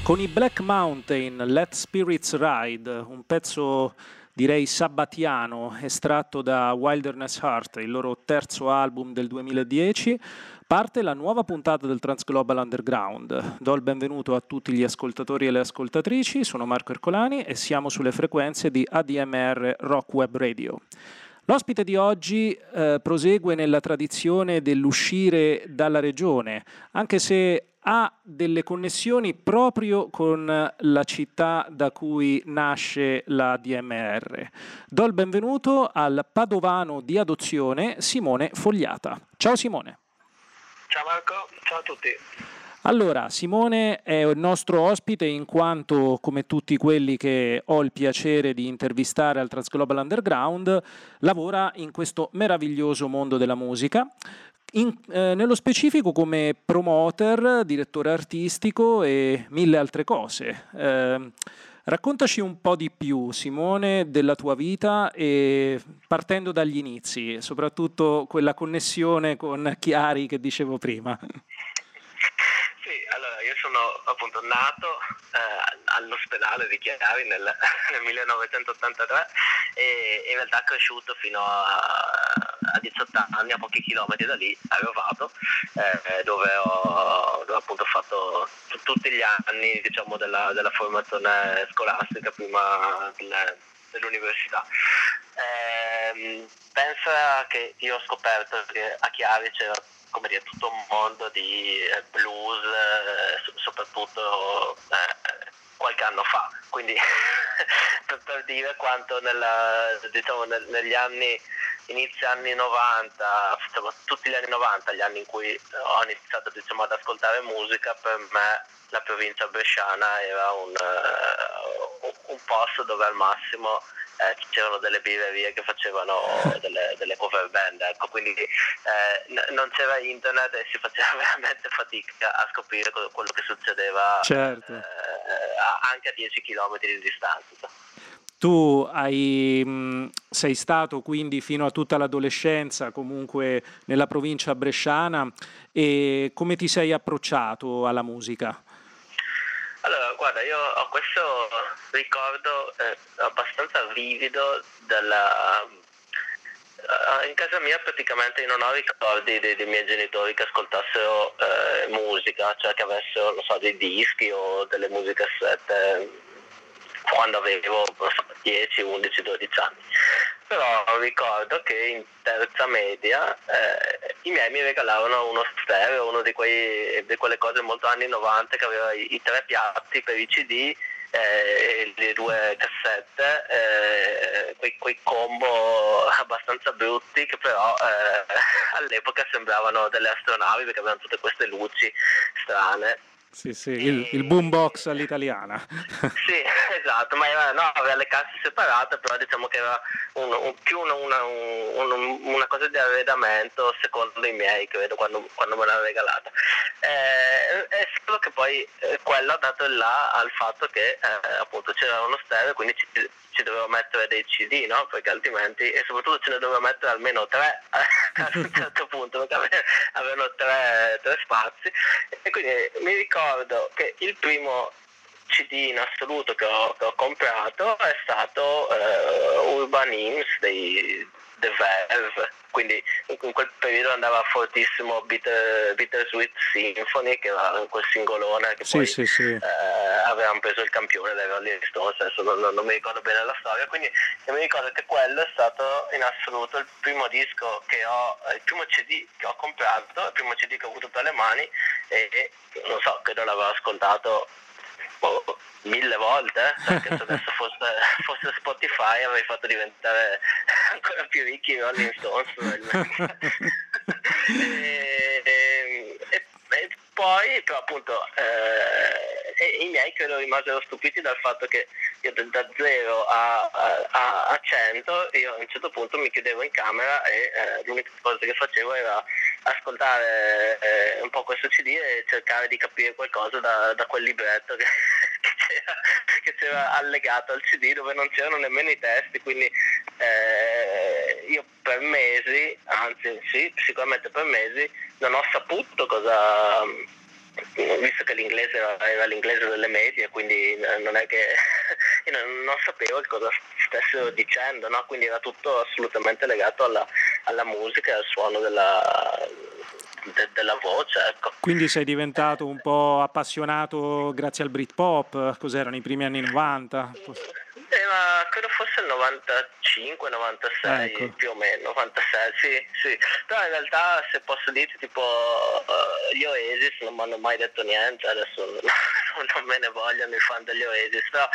Con i Black Mountain, Let Spirits Ride, un pezzo direi sabbatiano estratto da Wilderness Heart, il loro terzo album del 2010, parte la nuova puntata del Transglobal Underground. Do il benvenuto a tutti gli ascoltatori e le ascoltatrici, sono Marco Ercolani e siamo sulle frequenze di ADMR Rock Web Radio. L'ospite di oggi prosegue nella tradizione dell'uscire dalla regione, anche se ha delle connessioni proprio con la città da cui nasce la DMR. Do il benvenuto al padovano di adozione Simone Fogliata. Ciao Simone. Ciao Marco, ciao a tutti. Allora, Simone è il nostro ospite in quanto, come tutti quelli che ho il piacere di intervistare al Transglobal Underground, lavora in questo meraviglioso mondo della musica. Nello specifico come promoter, direttore artistico e mille altre cose. Raccontaci un po' di più, Simone, della tua vita e partendo dagli inizi, soprattutto quella connessione con Chiari che dicevo prima. Sì, allora io sono appunto nato all'ospedale di Chiari nel 1983 e in realtà cresciuto fino a 18 anni, a pochi chilometri da lì, a Rovato, dove ho appunto fatto tutti gli anni, diciamo, della formazione scolastica prima dell'università. Pensa che io ho scoperto che a Chiari c'era, come dire, tutto un mondo di blues, soprattutto qualche anno fa, quindi per dire quanto negli anni, inizio anni 90, insomma, tutti gli anni 90, gli anni in cui ho iniziato, diciamo, ad ascoltare musica, per me la provincia bresciana era un posto dove al massimo c'erano delle birrerie che facevano delle cover band, ecco, quindi non c'era internet e si faceva veramente fatica a scoprire quello che succedeva, certo. Anche a 10 km di distanza. Tu sei stato quindi fino a tutta l'adolescenza comunque nella provincia bresciana, e come ti sei approcciato alla musica? Allora, guarda, io ho questo ricordo abbastanza vivido in casa mia praticamente io non ho ricordi dei miei genitori che ascoltassero musica, cioè che avessero, non so, dei dischi o delle musicassette quando avevo, non so, 10, 11, 12 anni. Però ricordo che in terza media i miei mi regalavano uno stereo, uno di quelle cose molto anni 90 che aveva i 3 piatti per i CD, le 2 cassette, quei combo abbastanza brutti che però all'epoca sembravano delle astronavi perché avevano tutte queste luci strane. Sì, il boombox all'italiana. Sì, esatto, ma aveva le casse separate, però diciamo che era più una cosa di arredamento, secondo i miei, credo, quando me l'hanno regalata. È solo che poi quello ha dato il là al fatto che appunto c'era uno stereo, quindi ci dovevo mettere dei CD, no? Perché altrimenti, e soprattutto ce ne dovevo mettere almeno 3 a un certo punto, perché avevano 3 spazi, e quindi mi ricordo che il primo CD in assoluto che ho comprato è stato Urban Hymns dei The Verve, quindi in quel periodo andava fortissimo Bittersweet Symphony, che era quel singolone che poi avevano preso il campione dai Rolling Stones, adesso non mi ricordo bene la storia, quindi io mi ricordo che quello è stato in assoluto il primo disco il primo CD che ho comprato, il primo CD che ho avuto tra le mani, e non so, credo l'avevo ascoltato 1000 volte, perché se adesso fosse Spotify avrei fatto diventare ancora più ricchi i Rolling Stones e poi però appunto i miei credo rimasero stupiti dal fatto che io da 0 a 100 io a un certo punto mi chiudevo in camera e l'unica cosa che facevo era ascoltare un po' questo CD e cercare di capire qualcosa da quel libretto che c'era allegato al CD, dove non c'erano nemmeno i testi, quindi io per mesi, anzi sì, sicuramente per mesi, non ho saputo cosa visto che l'inglese era l'inglese delle medie, quindi non è che io non sapevo cosa stessero dicendo, no? Quindi era tutto assolutamente legato alla musica e al suono della voce, ecco. Quindi sei diventato un po' appassionato grazie al Britpop, cos'erano i primi anni 90? Credo fosse il 95, 96, ecco. Più o meno, 96, sì. Però in realtà, se posso dirti, tipo gli Oasis non mi hanno mai detto niente, adesso non me ne vogliono i fan degli Oasis, però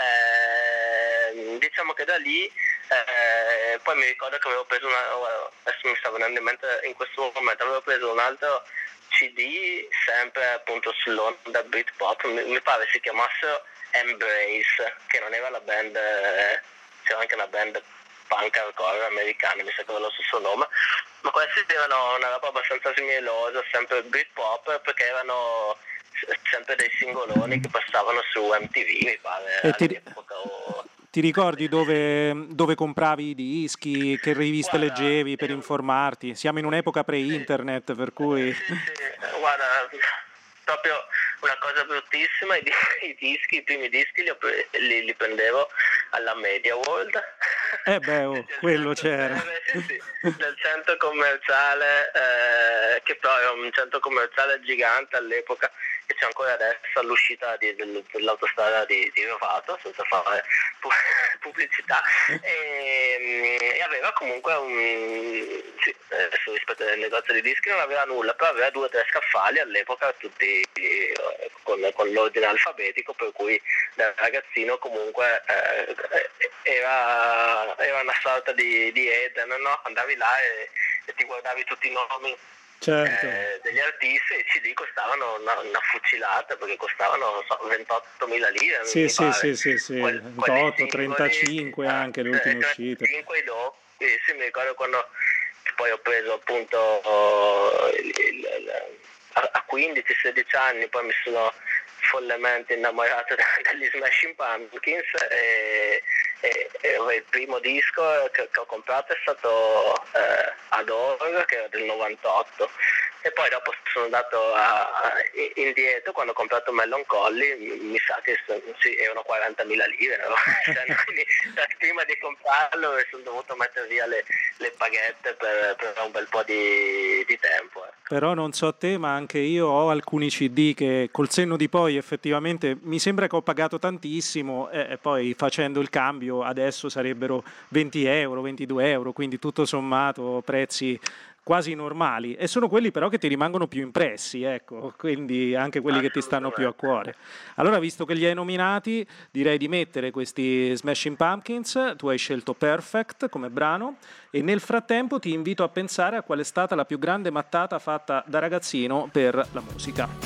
diciamo che da lì poi mi ricordo che avevo preso adesso mi sta venendo in mente in questo momento, avevo preso un altro CD sempre appunto sull'onda Britpop, mi pare si chiamassero Embrace, che non era la band, c'era anche una band punk hardcore americana, mi sa che aveva lo stesso nome, ma questi erano una roba abbastanza similosa, sempre Britpop, perché erano sempre dei singoloni che passavano su MTV, mi pare, all'epoca. Ti ricordi dove compravi i dischi, che riviste leggevi per informarti? Siamo in un'epoca pre-internet, per cui... Sì, guarda, proprio una cosa bruttissima, i primi dischi li prendevo alla Media World. Quello c'era. Sì, del centro commerciale, che però era un centro commerciale gigante all'epoca, che c'è ancora adesso all'uscita dell'autostrada di Rovato, senza fare pubblicità, e aveva comunque adesso rispetto al negozio di dischi non aveva nulla, però aveva 2 o 3 scaffali all'epoca, tutti con l'ordine alfabetico, per cui da ragazzino comunque era una sorta di Eden, no? Andavi là e ti guardavi tutti i nomi. Certo. Degli artisti, e i CD costavano una fucilata, perché costavano, non so, 28.000 lire. Sì, 28, 35 anche le ultime uscite. 35 dopo, sì, mi ricordo quando poi ho preso appunto a 15-16 anni, poi mi sono follemente innamorato degli Smashing Pumpkins e il primo disco che ho comprato è stato Adore, che era del 98, e poi dopo sono andato indietro quando ho comprato Melancholy, mi sa che sì, erano 40.000 lire, no? Quindi prima di comprarlo sono dovuto mettere via le paghette per un bel po' di tempo. Però non so te, ma anche io ho alcuni CD che col senno di poi effettivamente mi sembra che ho pagato tantissimo, e poi facendo il cambio adesso sarebbero 20 euro, 22 euro, quindi tutto sommato prezzi quasi normali, e sono quelli però che ti rimangono più impressi, ecco, quindi anche quelli che ti stanno più a cuore. Allora, visto che li hai nominati, direi di mettere questi Smashing Pumpkins. Tu hai scelto Perfect come brano, e nel frattempo ti invito a pensare a qual è stata la più grande mattata fatta da ragazzino per la musica.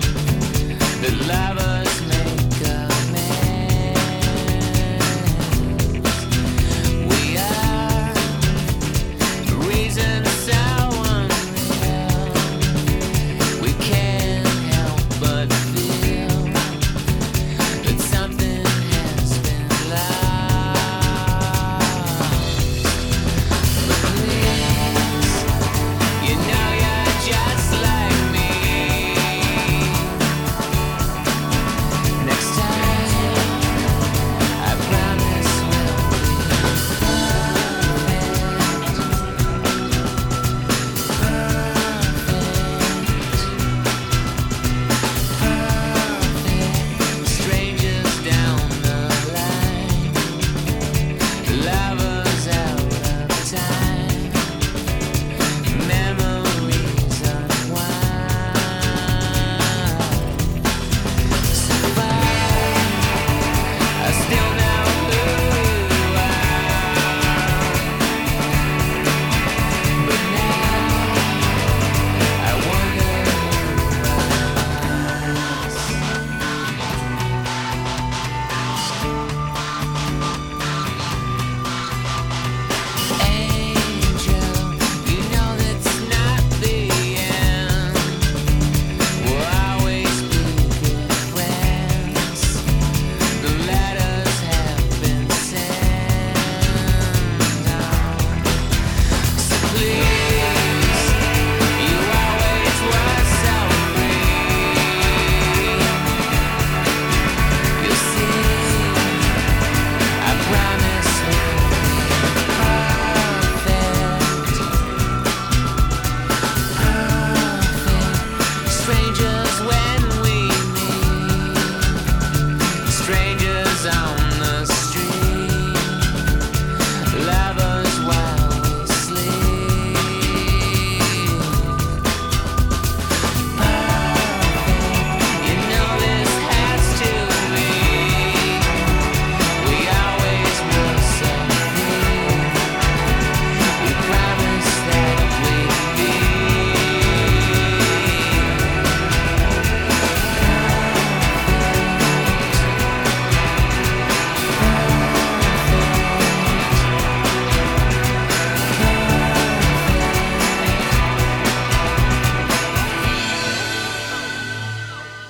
Lovers make a man.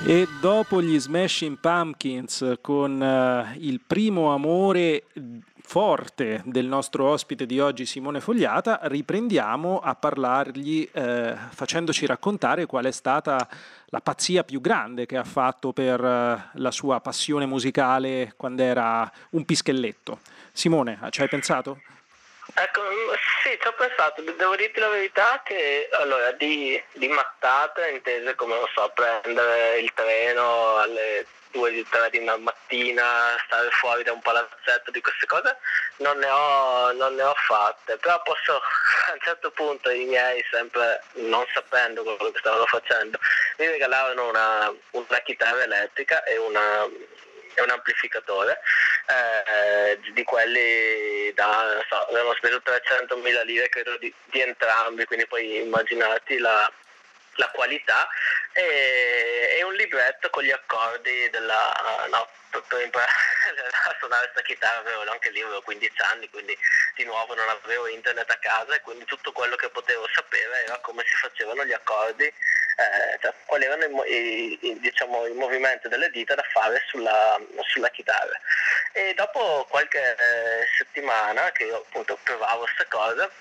E dopo gli Smashing Pumpkins con il primo amore forte del nostro ospite di oggi, Simone Fogliata, riprendiamo a parlargli facendoci raccontare qual è stata la pazzia più grande che ha fatto per la sua passione musicale quando era un pischelletto. Simone, ci hai pensato? Ecco, sì, ci ho pensato, devo dirti la verità che allora di mattata, intese come, non so, prendere il treno alle 2-3 di mattina, stare fuori da un palazzetto, di queste cose non ne ho fatte, però posso a un certo punto i miei, sempre non sapendo quello che stavano facendo, mi regalavano una chitarra elettrica e un amplificatore di quelli non so, avevano speso 300.000 lire credo di entrambi, quindi puoi immaginarti la qualità e un libretto con gli accordi per imparare a suonare questa chitarra. Anche lì avevo 15 anni, quindi di nuovo non avevo internet a casa e quindi tutto quello che potevo sapere era come si facevano gli accordi, cioè quali erano il movimento delle dita da fare sulla chitarra. E dopo qualche settimana che io appunto provavo queste cose,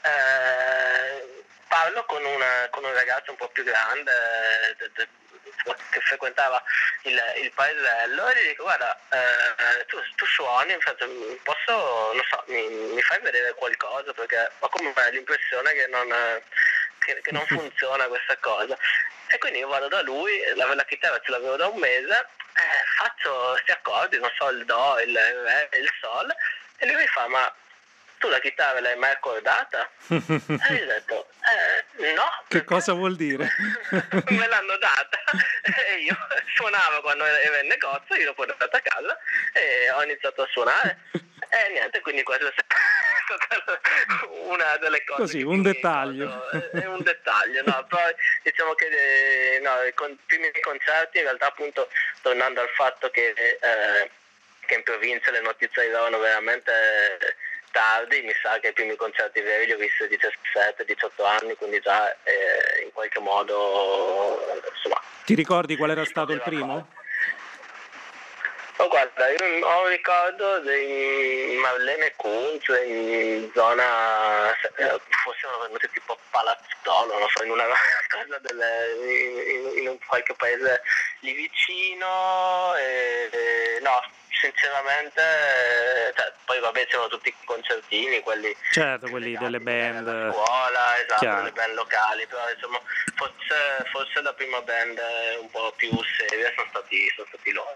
parlo con un ragazzo un po' più grande che frequentava il paesello e gli dico: guarda, tu suoni, posso, non so, mi fai vedere qualcosa, perché ho come l'impressione che non funziona questa cosa. E quindi io vado da lui, la chitarra ce l'avevo da un mese, faccio questi accordi, non so, il do, il re, il sol, e lui mi fa: ma tu la chitarra l'hai mai accordata? E io ho detto: no. Che cosa vuol dire? Me l'hanno data e io suonavo quando ero in negozio, io l'ho portata a casa e ho iniziato a suonare e niente, quindi questo è stata una delle cose. Così, un dettaglio. È un dettaglio, no? Però diciamo che con i primi concerti, in realtà, appunto, tornando al fatto che in provincia le notizie arrivavano veramente tardi, mi sa che i primi concerti veri li ho visti a 17-18 anni, quindi già in qualche modo, insomma. Ti ricordi qual era stato il primo? Oh, guarda, io ho un ricordo di Marlene Kunz in zona, forse erano venuti tipo Palazzolo, non so, in una casa in qualche paese lì vicino, no, sinceramente, cioè, poi vabbè c'erano tutti i concertini, quelli delle band della scuola, esatto, chiaro. delle band locali, però insomma forse la prima band un po' più seria sono stati loro.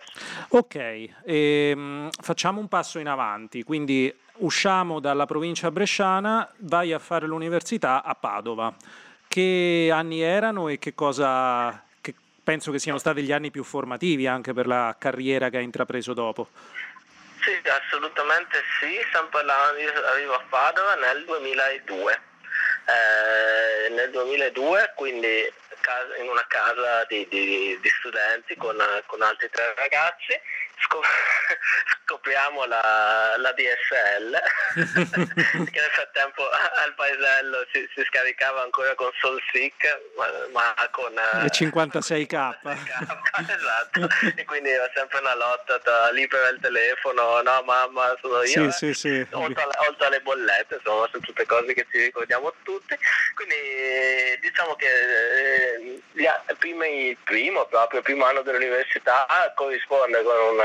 Ok, facciamo un passo in avanti, quindi usciamo dalla provincia bresciana, vai a fare l'università a Padova. Che anni erano e che cosa... Penso che siano stati gli anni più formativi anche per la carriera che hai intrapreso dopo. Sì, assolutamente sì, stiamo parlando, io arrivo a Padova nel 2002. Nel 2002, quindi in una casa di studenti con altri 3 ragazzi, scopriamo la DSL che nel frattempo al paesello si scaricava ancora con SoulSeek, ma con le 56K. Esatto, e quindi era sempre una lotta tra lì per il telefono, no mamma sono io, sì. oltre alle bollette, insomma, sono tutte cose che ci ricordiamo tutti. Quindi diciamo che il primo anno dell'università corrisponde con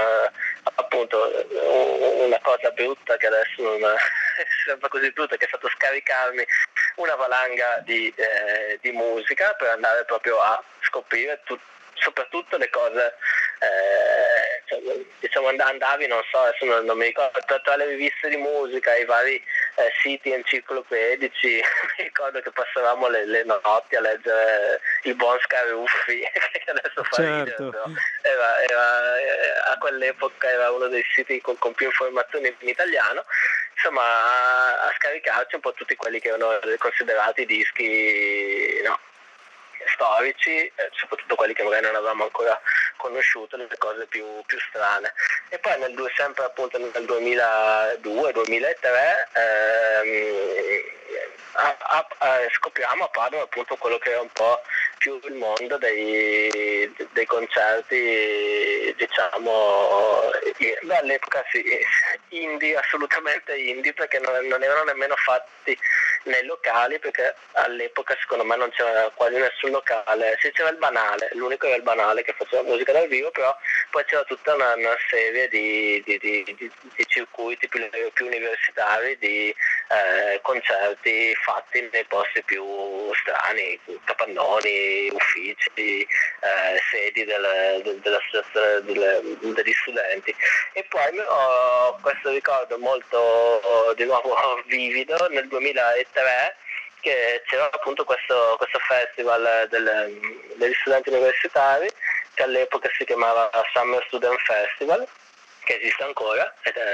una cosa brutta che adesso non è sempre così brutta, che è stato scaricarmi una valanga di musica per andare proprio a scoprire soprattutto le cose, diciamo andavi, non so, adesso non mi ricordo, tra le riviste di musica, i vari siti enciclopedici, mi ricordo che passavamo le notti a leggere il buon Scaruffi, che adesso fa certo. ridere, però a quell'epoca era uno dei siti con più informazioni in italiano, insomma, a scaricarci un po' tutti quelli che erano considerati dischi, no, storici, soprattutto quelli che magari non avevamo ancora conosciuto, le cose più strane. E poi sempre appunto nel 2002-2003 scopriamo a Padova appunto quello che era un po' più il mondo dei concerti, diciamo, all'epoca sì, indie, assolutamente indie, perché non erano nemmeno fatti nei locali, perché all'epoca secondo me non c'era quasi nessun locale, sì, c'era il Banale, l'unico era il Banale che faceva musica dal vivo, però poi c'era tutta una serie di circuiti più universitari, di concerti fatti nei posti più strani, capannoni, uffici, sedi dell'associazione degli studenti. E poi ho questo ricordo molto di nuovo vivido nel 2003, che c'era appunto questo festival degli studenti universitari, che all'epoca si chiamava Summer Student Festival, che esiste ancora,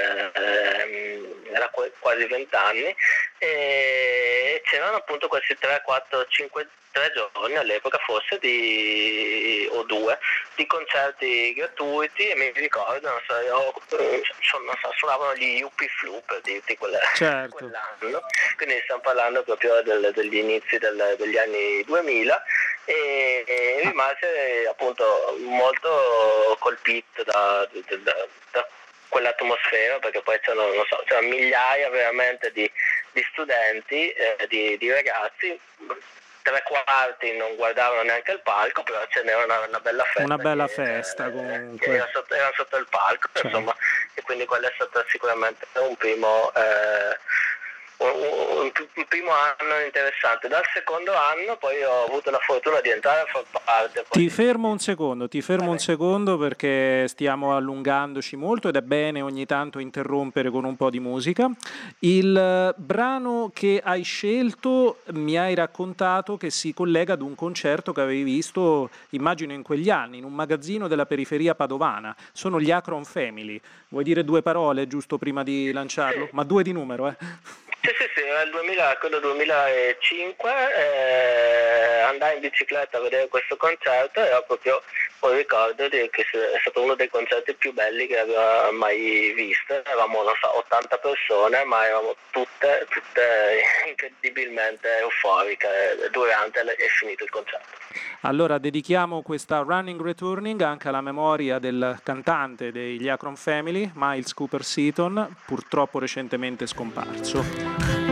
era quasi 20 anni, e c'erano appunto questi 3 giorni all'epoca forse o 2 di concerti gratuiti, e mi ricordo, suonavano gli Yuppie Floop di quell'anno, quindi stiamo parlando proprio degli inizi degli anni 2000, e rimase appunto molto colpito da quell'atmosfera, perché poi c'erano migliaia veramente di studenti, di ragazzi. 3/4 non guardavano neanche il palco, però ce n'era una bella festa. Una bella festa comunque. Era sotto il palco, cioè, insomma, e quindi quello è stato sicuramente un primo anno interessante. Dal secondo anno poi ho avuto la fortuna di entrare a far parte. Ti fermo un secondo perché stiamo allungandoci molto ed è bene ogni tanto interrompere con un po' di musica. Il brano che hai scelto mi hai raccontato che si collega ad un concerto che avevi visto, immagino in quegli anni, in un magazzino della periferia padovana. Sono gli Akron Family. Vuoi dire 2 parole giusto prima di lanciarlo? Sì. Ma 2 di numero, Sì, era il 2005, andai in bicicletta a vedere questo concerto e ho proprio un ricordo che è stato uno dei concerti più belli che avevo mai visto. Eravamo 80 persone, ma eravamo tutte incredibilmente euforiche durante e finito il concerto. Allora dedichiamo questa Running Returning anche alla memoria del cantante degli Akron Family, Miles Cooper Seaton, purtroppo recentemente scomparso.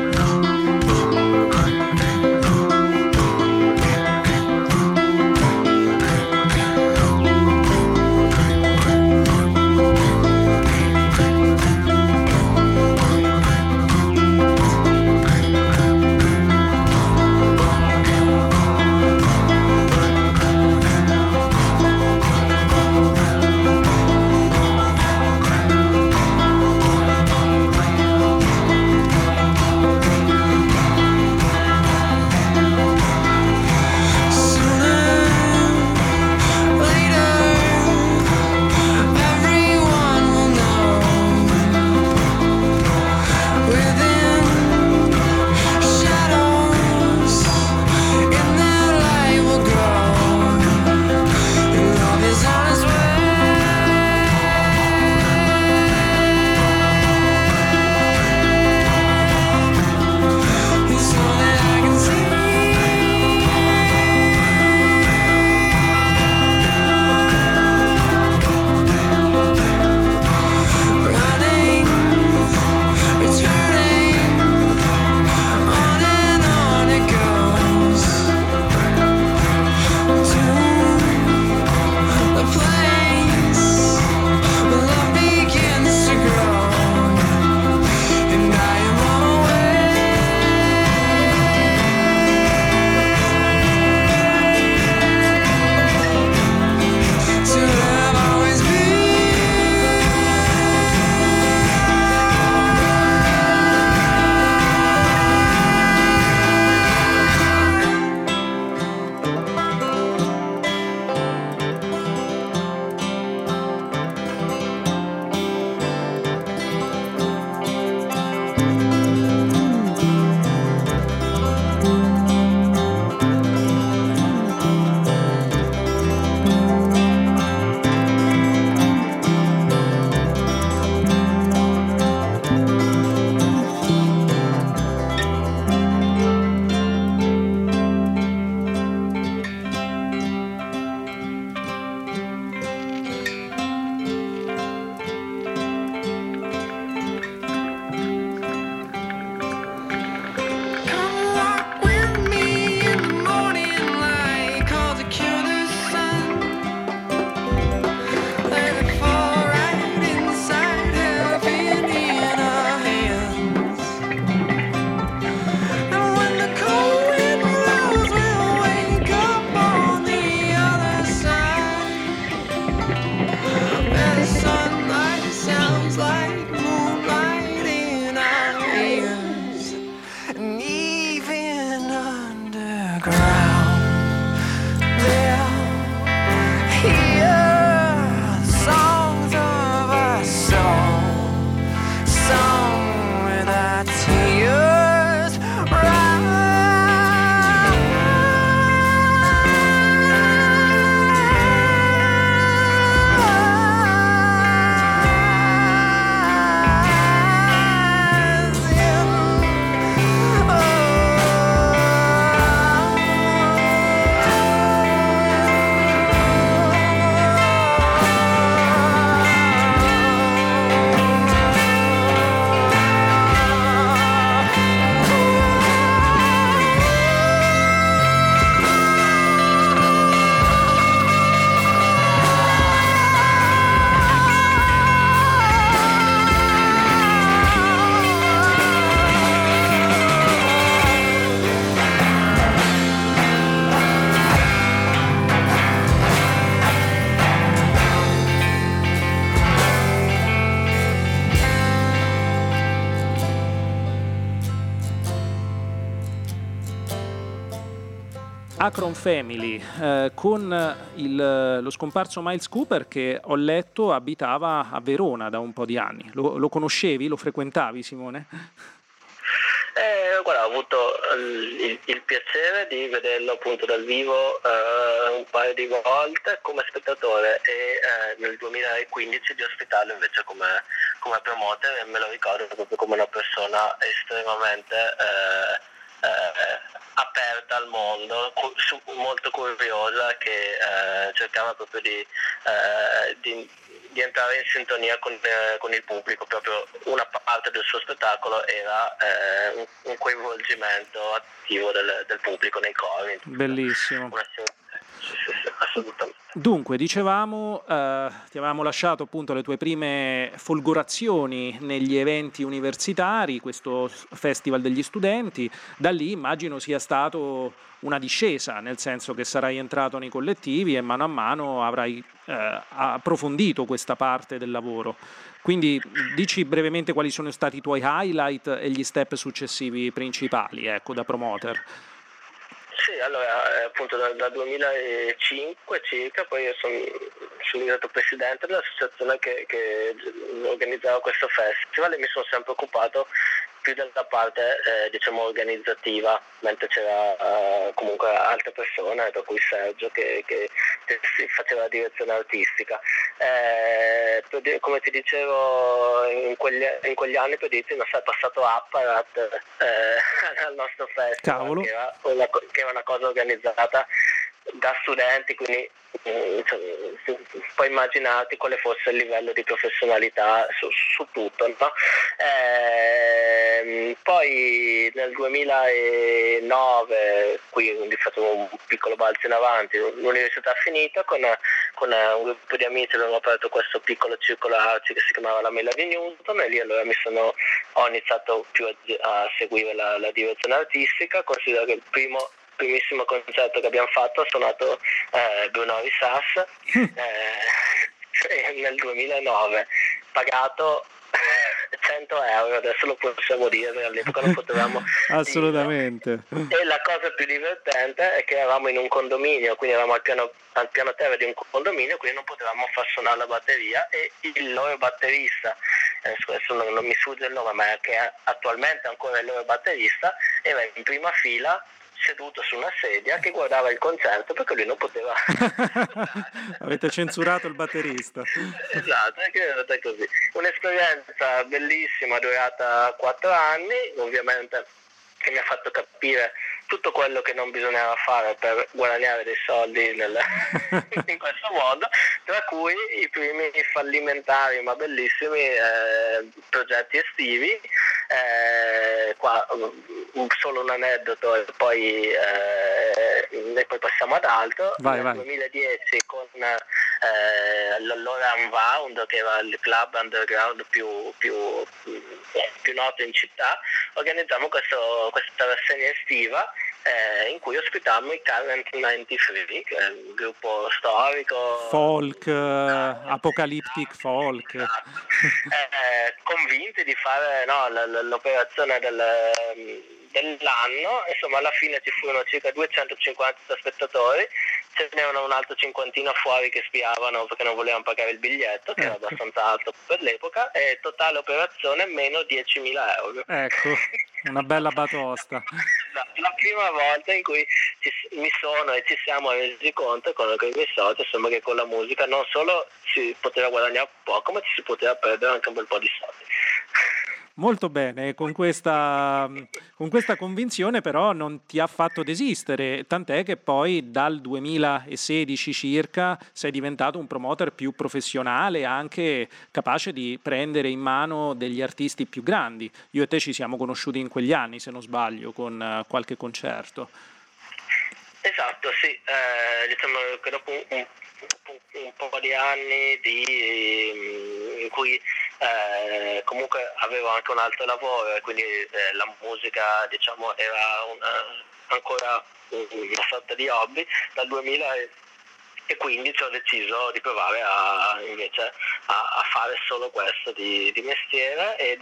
ground. They'll hear songs of a song without tears. Akron Family, con lo scomparso Miles Cooper, che ho letto abitava a Verona da un po' di anni. Lo conoscevi? Lo frequentavi, Simone? Guarda, ho avuto il piacere di vederlo appunto dal vivo un paio di volte come spettatore e nel 2015 di ospitarlo invece come promoter, e me lo ricordo proprio come una persona estremamente aperta al mondo, molto curiosa, che cercava proprio di entrare in sintonia con il pubblico. Proprio una parte del suo spettacolo era un coinvolgimento attivo del pubblico nei cori. Bellissimo. Sì, assolutamente. Dunque, dicevamo, ti avevamo lasciato appunto le tue prime folgorazioni negli eventi universitari, questo Festival degli Studenti. Da lì immagino sia stato una discesa, nel senso che sarai entrato nei collettivi e mano a mano avrai approfondito questa parte del lavoro. Quindi dici brevemente quali sono stati i tuoi highlight e gli step successivi principali, ecco, da promoter. Sì, allora appunto dal 2005 circa, poi io sono diventato presidente dell'associazione che organizzava questo festival, e mi sono sempre occupato più della parte diciamo organizzativa, mentre c'era comunque altre persone, tra cui Sergio che si faceva la direzione artistica. Come ti dicevo, in quegli anni, per dirti, non è passato Apparat al nostro festival, che era una cosa organizzata da studenti, quindi puoi immaginarti quale fosse il livello di professionalità su tutto, no? Poi nel 2009, quindi facciamo un piccolo balzo in avanti, l'università finita, con un gruppo di amici abbiamo aperto questo piccolo circolo arci che si chiamava la Mela di Newton, e lì allora ho iniziato più a seguire la direzione artistica. Considero che il primissimo concerto che abbiamo fatto ha suonato Bruno Risas nel 2009, pagato 100 euro, adesso lo possiamo dire, perché all'epoca non potevamo assolutamente dirlo. E la cosa più divertente è che eravamo in un condominio, quindi eravamo al piano terra di un condominio, quindi non potevamo far suonare la batteria, e il loro batterista, adesso non mi sfugge il nome, ma che attualmente è ancora il loro batterista, era in prima fila seduto su una sedia che guardava il concerto, perché lui non poteva. Avete censurato il batterista. Esatto, è così. Un'esperienza bellissima, durata 4 anni, ovviamente, che mi ha fatto capire tutto quello che non bisognava fare per guadagnare dei soldi in questo modo, tra cui i primi fallimentari ma bellissimi progetti estivi. Qua solo un aneddoto e poi passiamo ad altro. Nel 2010 con l'allora Unwound, che era il club underground più noto in città, organizziamo questa rassegna estiva in cui ospitammo i Current 93, che è un gruppo storico folk, apocalyptic folk, convinti di fare l'operazione dell'anno, insomma alla fine ci furono circa 250 spettatori, ce n'erano un altro cinquantina fuori che spiavano perché non volevano pagare il biglietto, che era abbastanza alto per l'epoca, e totale operazione meno 10.000 euro. Ecco, una bella batosta. La prima volta in cui mi sono e ci siamo resi conto con i miei soci, insomma, che con la musica non solo si poteva guadagnare poco, ma ci si poteva perdere anche un bel po' di soldi. Molto bene, con questa convinzione però non ti ha fatto desistere, tant'è che poi dal 2016 circa sei diventato un promoter più professionale, anche capace di prendere in mano degli artisti più grandi. Io e te ci siamo conosciuti in quegli anni, se non sbaglio, con qualche concerto. Esatto, sì, diciamo che dopo un po' di anni in cui comunque avevo anche un altro lavoro e quindi la musica, diciamo, era ancora una sorta di hobby. Dal 2015 ho deciso di provare invece a fare solo questo di mestiere e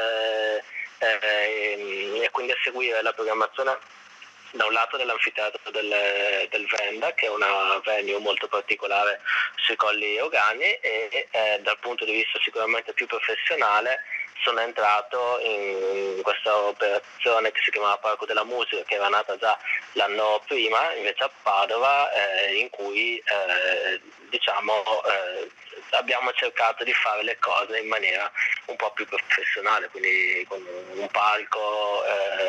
quindi a seguire la programmazione da un lato dell'anfiteatro del Venda, che è una venue molto particolare sui Colli Euganei, e dal punto di vista sicuramente più professionale sono entrato in questa operazione che si chiamava Parco della Musica, che era nata già l'anno prima invece a Padova, in cui abbiamo cercato di fare le cose in maniera un po' più professionale, quindi con un palco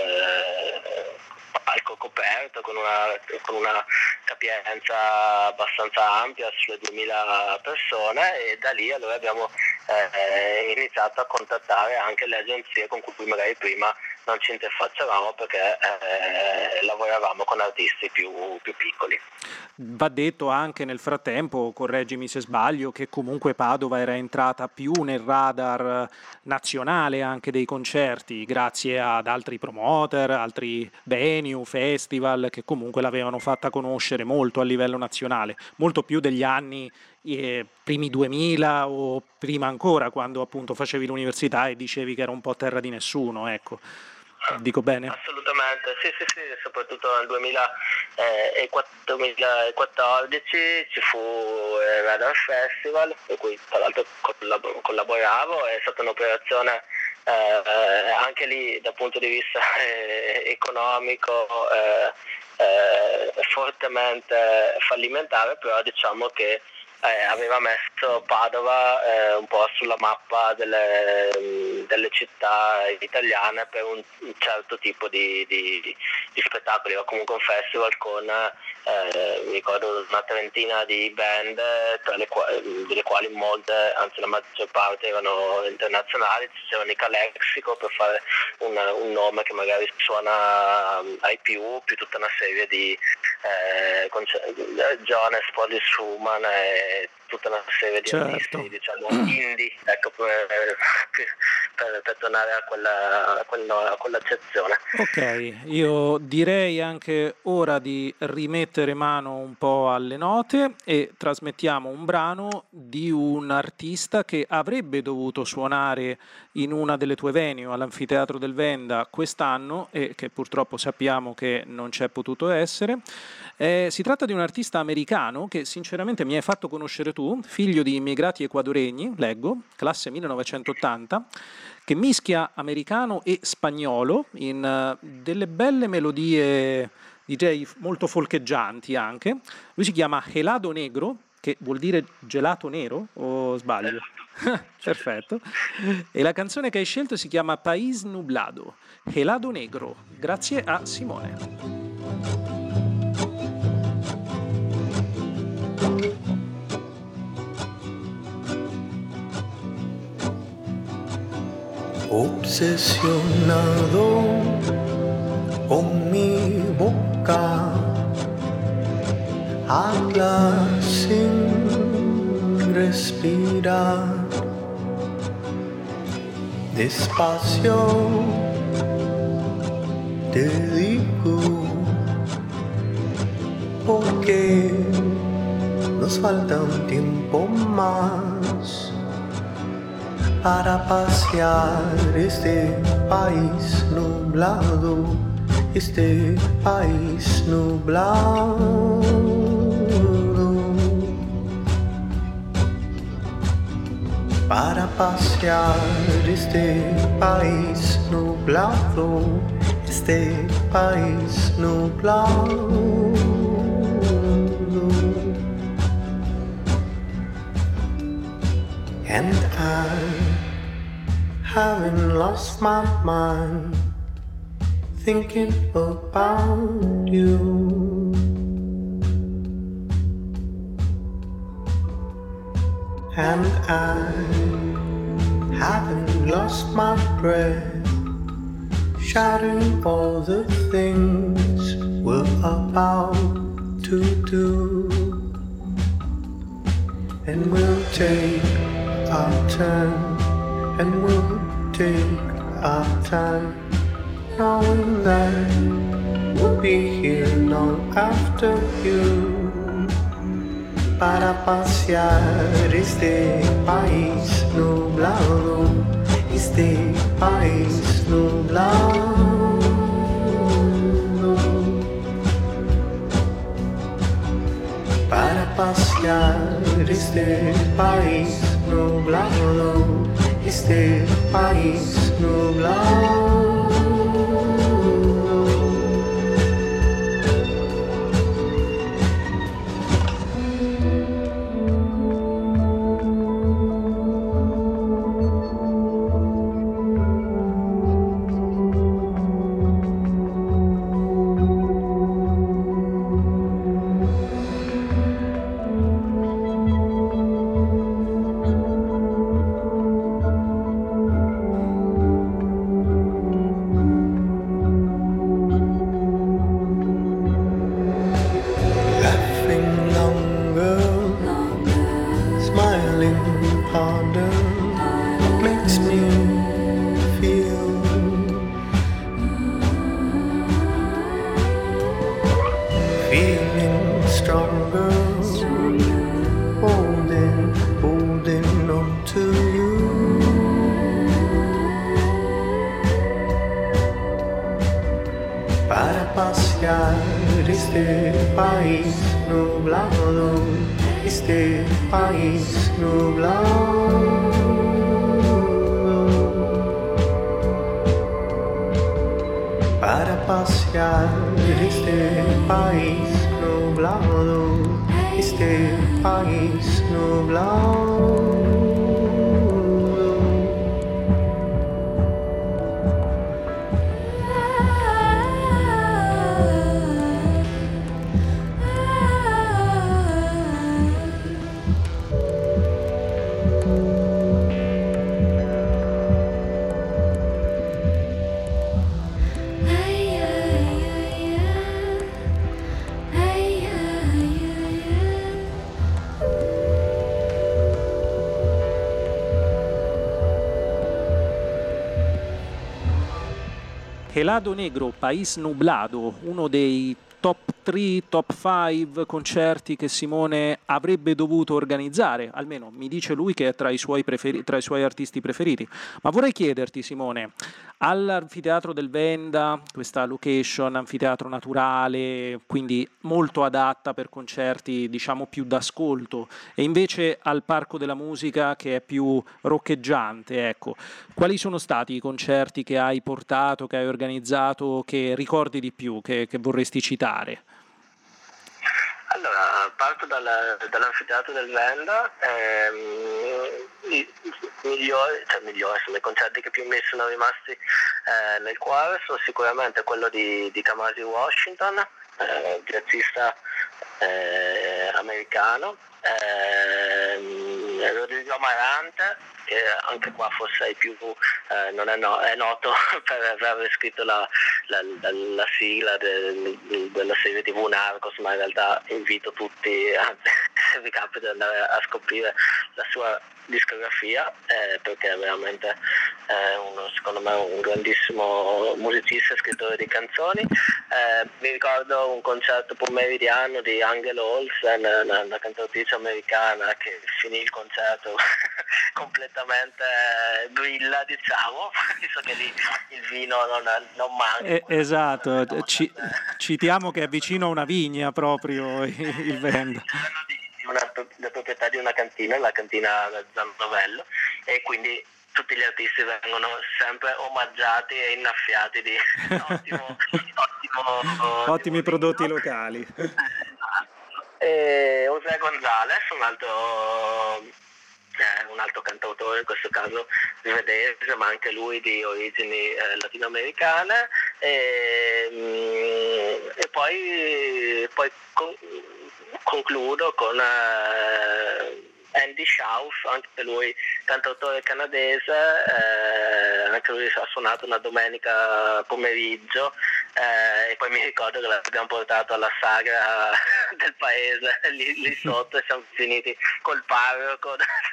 coperto, con una capienza abbastanza ampia sulle 2000 persone, e da lì allora abbiamo iniziato a contattare anche le agenzie con cui magari prima non ci interfacciavamo perché lavoravamo con artisti più piccoli. Va detto anche nel frattempo, correggimi se sbaglio, che comunque Padova era entrata più nel radar nazionale anche dei concerti, grazie ad altri promoter, altri venue, festival che comunque l'avevano fatta conoscere molto a livello nazionale, molto più degli anni primi 2000 o prima ancora, quando appunto facevi l'università e dicevi che era un po' terra di nessuno, ecco. Dico bene? Assolutamente, sì, soprattutto nel 2014 ci fu il Radar Festival, per cui tra l'altro collaboravo, è stata un'operazione anche lì dal punto di vista economico fortemente fallimentare, però diciamo che aveva messo Padova un po' sulla mappa delle città italiane per un certo tipo di spettacoli. Era comunque un festival con mi ricordo una trentina di band, delle quali molte, anzi la maggior parte erano internazionali. C'erano i Calexico, per fare un nome che magari suona ai più tutta una serie di Jones, Paul Schumann e tutta una serie di artisti, diciamo, indie, ecco, per tornare a quell'accezione. Ok, io direi anche ora di rimettere mano un po' alle note e trasmettiamo un brano di un artista che avrebbe dovuto suonare in una delle tue venue all'Anfiteatro del Venda quest'anno e che purtroppo sappiamo che non c'è potuto essere. Si tratta di un artista americano che sinceramente mi hai fatto conoscere tu, figlio di immigrati ecuadoregni, leggo, classe 1980, che mischia americano e spagnolo in delle belle melodie DJ molto folcheggianti anche. Lui si chiama Helado Negro, che vuol dire gelato nero, o sbaglio? Perfetto. E la canzone che hai scelto si chiama País Nublado, Helado Negro, grazie a Simone. Obsesionado con mi boca, habla sin respirar, despacio te digo, porque nos falta un tiempo más para pasear este país nublado, este país nublado. Para pasear este país nublado, este país nublado. And I haven't lost my mind thinking about you. And I haven't lost my breath shouting all the things we're about to do. And we'll take our turn, and we'll take our time, knowing that we'll be here long after you. Para pasear este país nublado, este país nublado. Para pasear este país nublado, este país nublado. Helado Negro, País Nublado, uno dei top 3, top 5 concerti che Simone avrebbe dovuto organizzare, almeno mi dice lui che è tra i suoi artisti preferiti. Ma vorrei chiederti, Simone, all'Anfiteatro del Venda, questa location, anfiteatro naturale, quindi molto adatta per concerti diciamo più d'ascolto, e invece al Parco della Musica che è più roccheggiante, ecco, quali sono stati i concerti che hai portato, che hai organizzato, che ricordi di più, che vorresti citare? Allora, parto dall'anfiteatro del Venda. I migliori, insomma, i concerti che più mi sono rimasti nel cuore sono sicuramente quello di Kamasi Washington, jazzista americano, Rodrigo Amarante, che anche qua forse è più non è noto per aver scritto la sigla della serie TV Narcos, ma in realtà invito tutti, anzi, se vi capita, di andare a scoprire la sua discografia, perché è veramente secondo me un grandissimo musicista e scrittore di canzoni. Mi ricordo un concerto pomeridiano di Angel Olsen, una cantautrice americana, che finì il concerto completamente brilla, diciamo, visto che lì il vino non manca. Esatto, citiamo che è vicino a una vigna proprio il Venda. La proprietà di una cantina, la cantina Zan Novello, e quindi tutti gli artisti vengono sempre omaggiati e innaffiati di ottimi prodotti locali. E José González, un altro cantautore, in questo caso svedese, ma anche lui di origini latinoamericane, e poi concludo con Andy Schauf, anche lui cantautore canadese, anche lui ha suonato una domenica pomeriggio, e poi mi ricordo che l'abbiamo portato alla sagra del paese lì sotto, e siamo finiti col parroco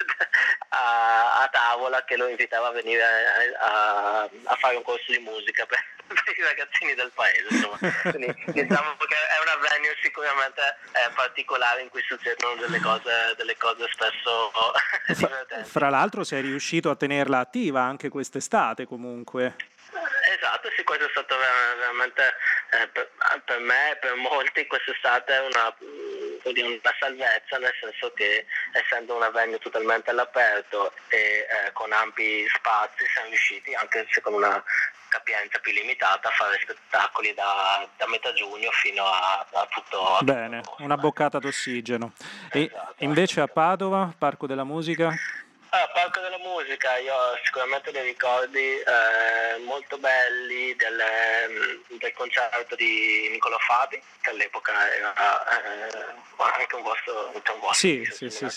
a tavola, che lo invitava a venire a fare un corso di musica per i ragazzini del paese, insomma. Quindi diciamo che è una venue sicuramente particolare in cui succedono delle cose spesso divertenti. Fra l'altro sei riuscito a tenerla attiva anche quest'estate comunque. Esatto, sì, questo è stato veramente per me e per molti quest'estate una salvezza, nel senso che, essendo una venue totalmente all'aperto e con ampi spazi, siamo riusciti, anche se con una capienza più limitata, a fare spettacoli da metà giugno fino a tutto. Bene, una boccata d'ossigeno. Esatto. E invece a Padova, Parco della Musica? Parco della Musica, io ho sicuramente dei ricordi molto belli del concerto di Niccolò Fabi, che all'epoca era anche un vostro Sì.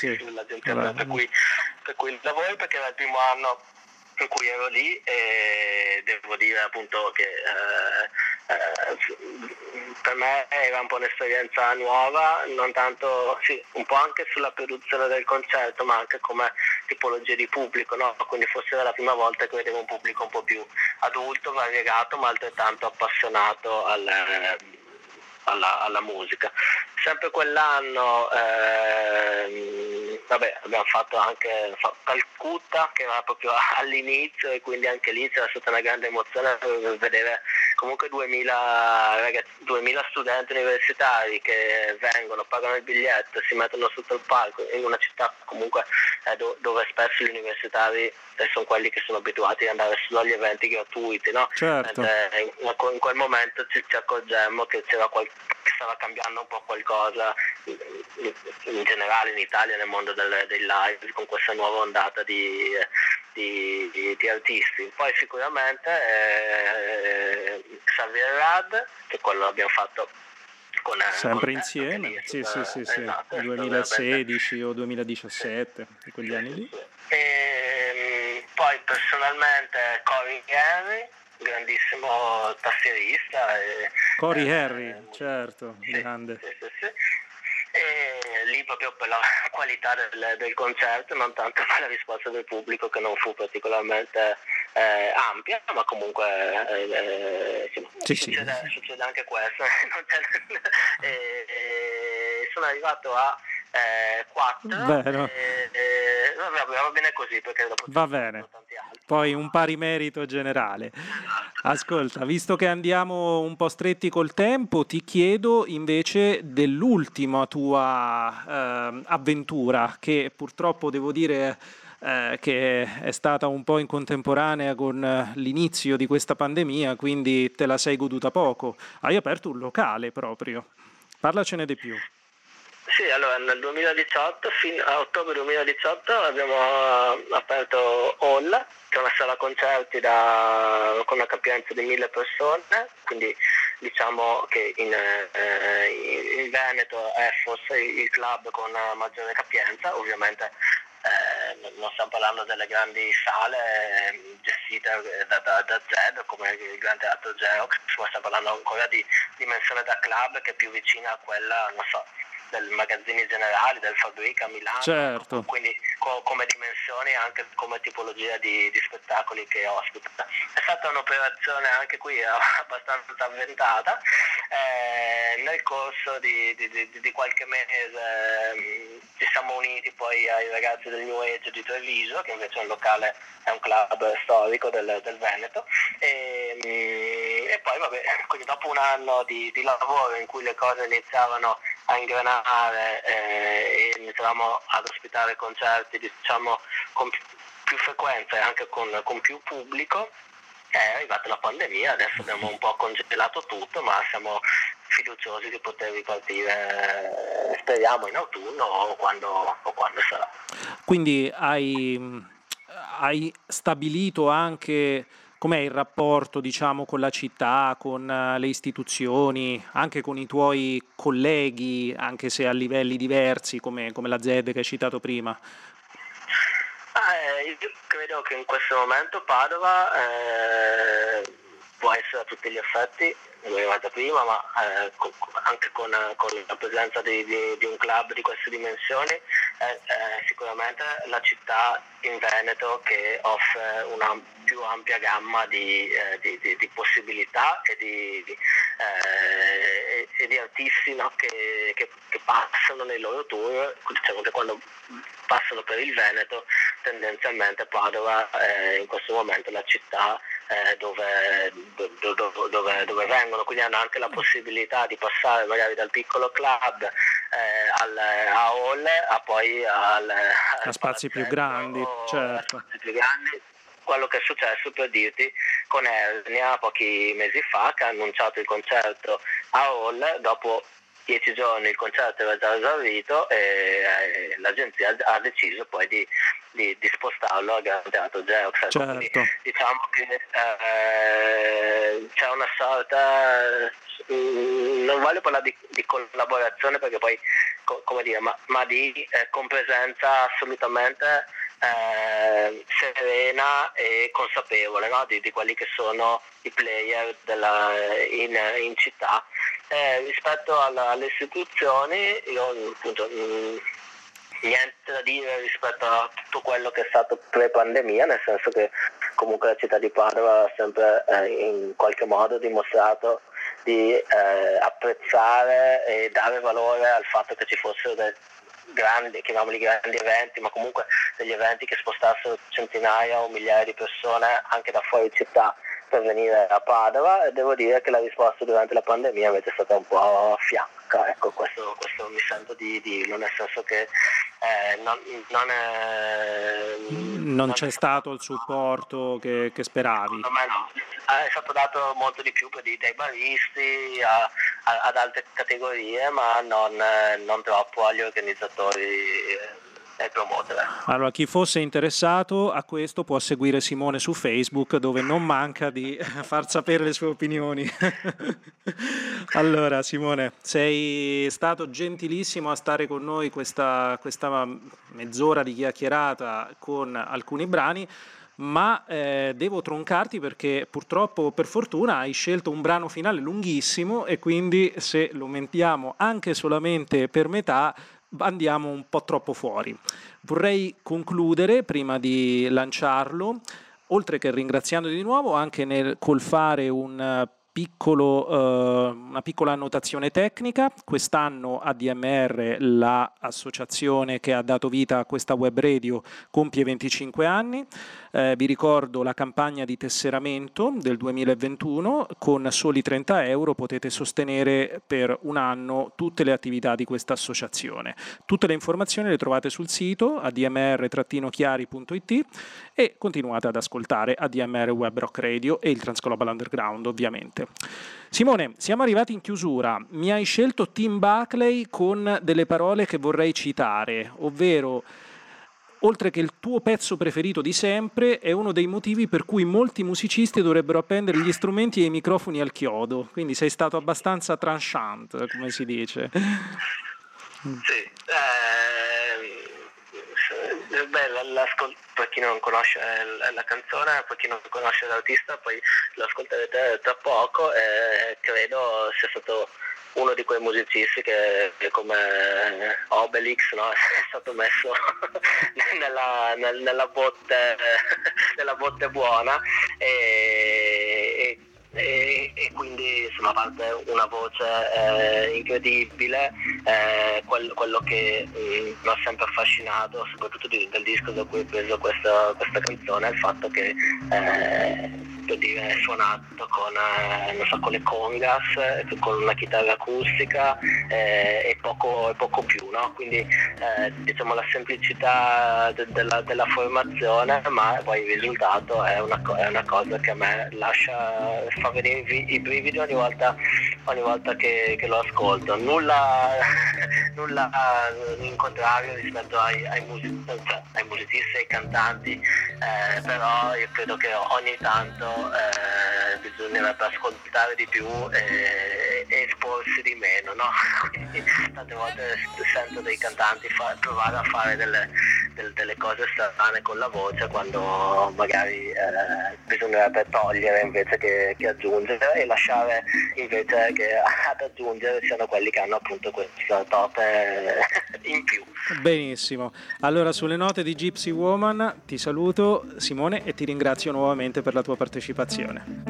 per cui lavoro, perché era il primo anno in cui ero lì, e devo dire appunto che per me era un po' un'esperienza nuova, non tanto, sì, un po' anche sulla produzione del concerto, ma anche come tipologia di pubblico, no? Quindi forse era la prima volta che vedevo un pubblico un po' più adulto, variegato, ma altrettanto appassionato alla musica. Sempre quell'anno abbiamo fatto anche Calcutta, che era proprio all'inizio, e quindi anche lì c'era stata una grande emozione vedere comunque 2000 studenti universitari che vengono, pagano il biglietto, si mettono sotto il palco in una città comunque dove spesso gli universitari sono quelli che sono abituati ad andare solo agli eventi gratuiti, no? Certo. In quel momento ci accorgemmo che che stava cambiando un po' qualcosa in generale in Italia, nel mondo dei live, con questa nuova ondata di artisti. Poi sicuramente Xavier Rad, che quello l'abbiamo fatto sempre insieme, sì, esatto, 2016 o 2017, in quegli anni lì. Poi personalmente Cory Henry, grandissimo tastierista. Cory Henry, certo, grande. Sì. E lì proprio per la qualità del concerto, non tanto per la risposta del pubblico, che non fu particolarmente ampia, ma comunque succede anche questo. Sono arrivato a 4. Vero. Va bene così, perché dopo va bene. Poi un pari merito generale. Ascolta, visto che andiamo un po' stretti col tempo, ti chiedo invece dell'ultima tua avventura, che purtroppo devo dire che è stata un po' in contemporanea con l'inizio di questa pandemia, quindi te la sei goduta poco. Hai aperto un locale proprio. Parlacene di più. Sì, allora nel 2018, fino a ottobre 2018, abbiamo aperto Hall, che è una sala concerti con una capienza di 1000 persone, quindi diciamo che in Veneto è forse il club con maggiore capienza. Ovviamente non stiamo parlando delle grandi sale gestite da Zed, come il Gran Teatro Xerox, ma stiamo parlando ancora di dimensione da club, che è più vicina a quella, non so, del Magazzini Generali, del Fabrica a Milano, certo. quindi come dimensioni e anche come tipologia di spettacoli che ospita. È stata un'operazione anche qui abbastanza avventata. Nel corso di qualche mese ci siamo uniti poi ai ragazzi del New Age di Treviso, che invece è un club storico del Veneto, e poi vabbè, quindi dopo un anno di lavoro in cui le cose iniziavano a ingranare e iniziavamo ad ospitare concerti, diciamo, con più frequenza e anche con più pubblico, è arrivata la pandemia. Adesso abbiamo un po' congelato tutto, ma siamo fiduciosi di poter ripartire, speriamo in autunno o quando sarà. Quindi hai stabilito anche com'è il rapporto, diciamo, con la città, con le istituzioni, anche con i tuoi colleghi, anche se a livelli diversi, come la ZED che hai citato prima? Io credo che in questo momento Padova può essere a tutti gli effetti, come ho detto prima, ma anche con la presenza di un club di queste dimensioni, è sicuramente la città in Veneto che offre una più ampia gamma di possibilità e di artisti, no, che passano nei loro tour. Diciamo che quando passano per il Veneto tendenzialmente Padova è in questo momento la città dove vengono, quindi hanno anche la possibilità di passare magari dal piccolo club a hall a poi a spazi più grandi, certo. Spazi più grandi. Quello che è successo, per dirti, con Ernia pochi mesi fa, che ha annunciato il concerto a hall, dopo 10 giorni il concerto era già esaurito e l'agenzia ha deciso poi di spostarlo al Gran Teatro Geox. Certo. Quindi diciamo che c'è una sorta, non voglio parlare di collaborazione perché poi come dire, ma di compresenza assolutamente serena e consapevole, no? di quelli che sono i player in città. Rispetto alle istituzioni, io appunto niente da dire rispetto a tutto quello che è stato pre-pandemia, nel senso che comunque la città di Padova ha sempre in qualche modo dimostrato di apprezzare e dare valore al fatto che ci fossero grandi, chiamiamoli grandi eventi, ma comunque degli eventi che spostassero centinaia o migliaia di persone anche da fuori città per venire a Padova, e devo dire che la risposta durante la pandemia invece è stata un po' fiacca. Ecco, questo mi sento di dirlo, nel senso che non c'è stato il supporto che speravi. Secondo me no, è stato dato molto di più per dire ai baristi, ad altre categorie, ma non troppo agli organizzatori e promoter. Allora, chi fosse interessato a questo può seguire Simone su Facebook, dove non manca di far sapere le sue opinioni. Allora, Simone, sei stato gentilissimo a stare con noi questa mezz'ora di chiacchierata con alcuni brani, ma devo troncarti perché purtroppo, per fortuna, hai scelto un brano finale lunghissimo e quindi se lo mettiamo anche solamente per metà andiamo un po' troppo fuori. Vorrei concludere prima di lanciarlo, oltre che ringraziando di nuovo, anche col fare una piccola annotazione tecnica. Quest'anno ADMR, l'associazione che ha dato vita a questa web radio, compie 25 anni. Vi ricordo la campagna di tesseramento del 2021, con soli 30 euro potete sostenere per un anno tutte le attività di questa associazione. Tutte le informazioni le trovate sul sito admr-chiari.it e continuate ad ascoltare ADMR Web Rock Radio e il Transglobal Underground, ovviamente. Simone, siamo arrivati in chiusura. Mi hai scelto Tim Buckley con delle parole che vorrei citare, ovvero: oltre che il tuo pezzo preferito di sempre, è uno dei motivi per cui molti musicisti dovrebbero appendere gli strumenti e i microfoni al chiodo. Quindi sei stato abbastanza tranchant, come si dice. Sì, per chi non conosce la canzone, per chi non conosce l'artista, poi lo ascolterete tra poco, e credo sia stato uno di quei musicisti che come Obelix, no? È stato messo nella botte buona e quindi insomma, a parte una voce incredibile, quello che mi ha sempre affascinato, soprattutto del disco da cui ho preso questa canzone, è il fatto che per dire, è suonato con le congas, con una chitarra acustica e poco più, no? Quindi diciamo la semplicità della formazione, ma poi il risultato è una cosa che a me fa venire i brividi ogni volta che lo ascolto. Nulla in contrario rispetto ai musicisti e ai cantanti, però io credo che ogni tanto bisognerebbe ascoltare di più e esporsi di meno, no? Quindi tante volte sento dei cantanti provare a fare delle cose strane con la voce, quando magari bisognerebbe togliere invece che aggiungere, e lasciare invece che ad aggiungere siano quelli che hanno appunto questa dote in più. Benissimo, allora sulle note di Gypsy Woman ti saluto, Simone, e ti ringrazio nuovamente per la tua partecipazione.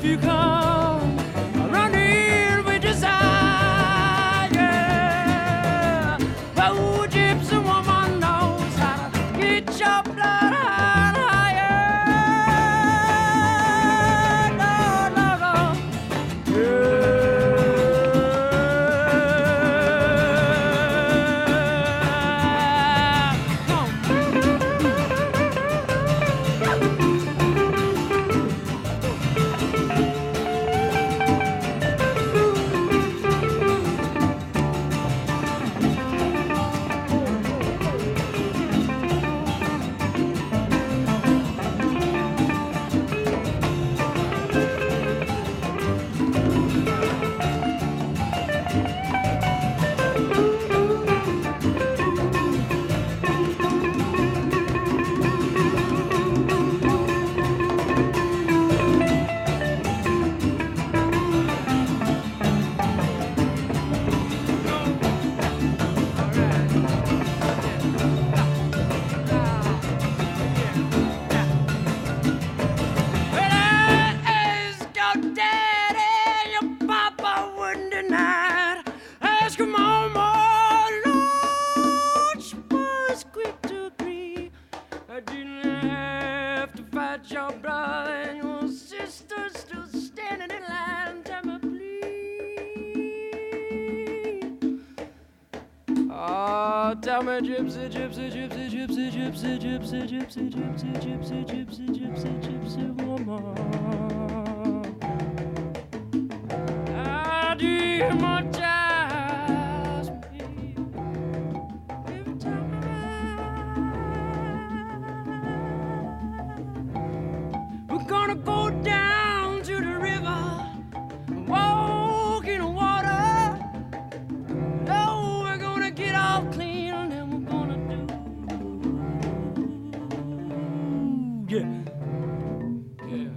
you come running with desire. Oh, gypsy woman knows how to get your blood higher. No, no, no. Well, I asked your daddy, your papa wouldn't deny it. Ask your mama, Lord, she was quick to agree. I didn't have to fight your brother and your sister still standing in line. Tell me, please. Oh, tell me, gypsy, gypsy, gypsy, gypsy, gypsy, gypsy, gypsy, gypsy, gypsy, gypsy, gypsy, gypsy woman. I demoralize me every time. We're gonna go down to the river, walk in the water. Oh, we're gonna get all clean and then we're gonna do. Yeah. Yeah.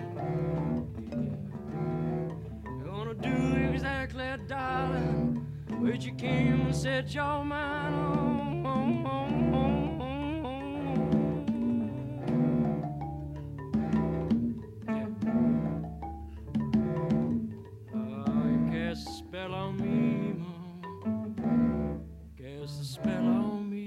We're gonna do exactly, darling, what you came and set your mind on. Yeah. Oh, you cast a spell on me, Mom. Cast a spell on me.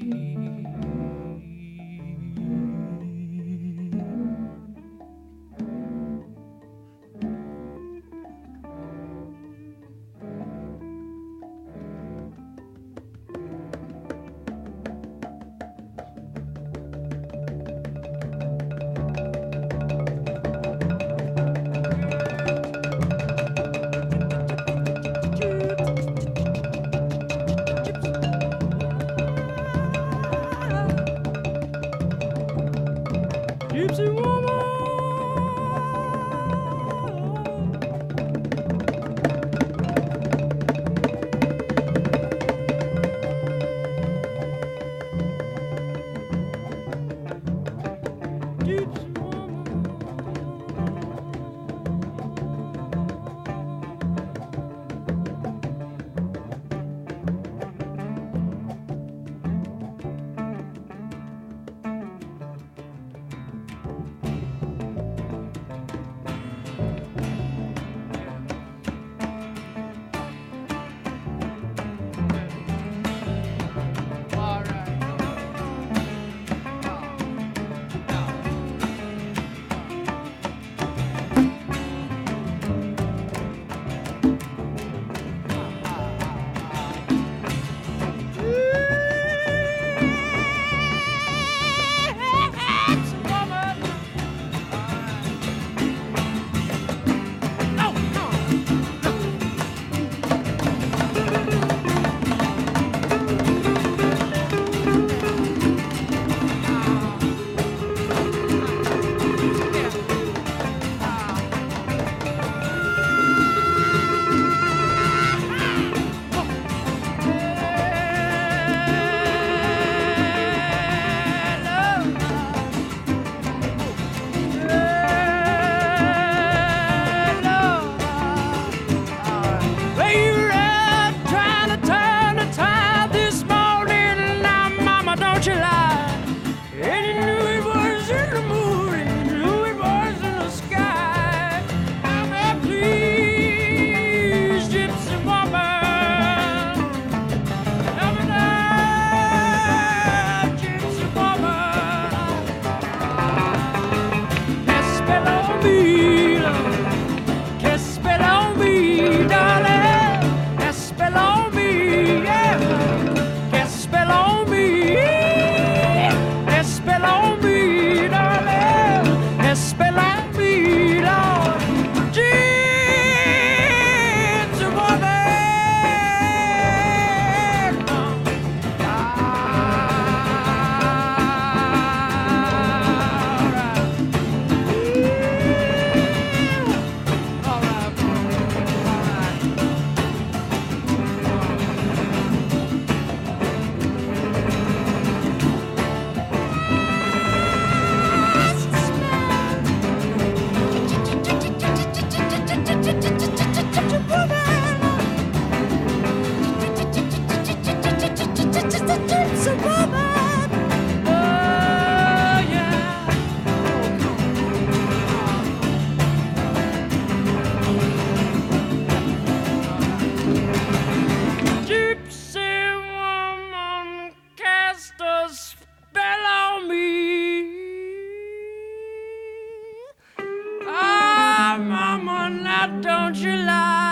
now don't you lie.